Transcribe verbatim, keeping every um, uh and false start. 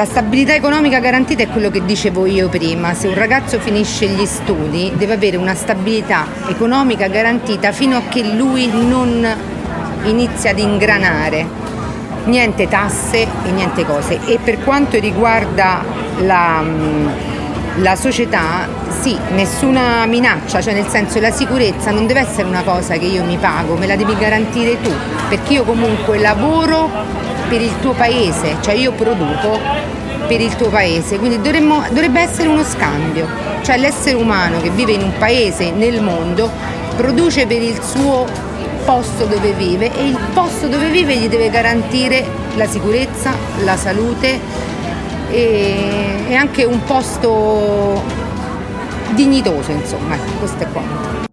La stabilità economica garantita è quello che dicevo io prima. Se un ragazzo finisce gli studi deve avere una stabilità economica garantita fino a che lui non inizia ad ingranare. Niente tasse e niente cose. E per quanto riguarda la, la società, sì, nessuna minaccia, cioè nel senso la sicurezza non deve essere una cosa che io mi pago, me la devi garantire tu, perché io comunque lavoro per il tuo paese, cioè io produco per il tuo paese, quindi dovremmo, dovrebbe essere uno scambio, cioè l'essere umano che vive in un paese nel mondo produce per il suo posto dove vive e il posto dove vive gli deve garantire la sicurezza, la salute e, e anche un posto dignitoso, insomma, questo è quanto.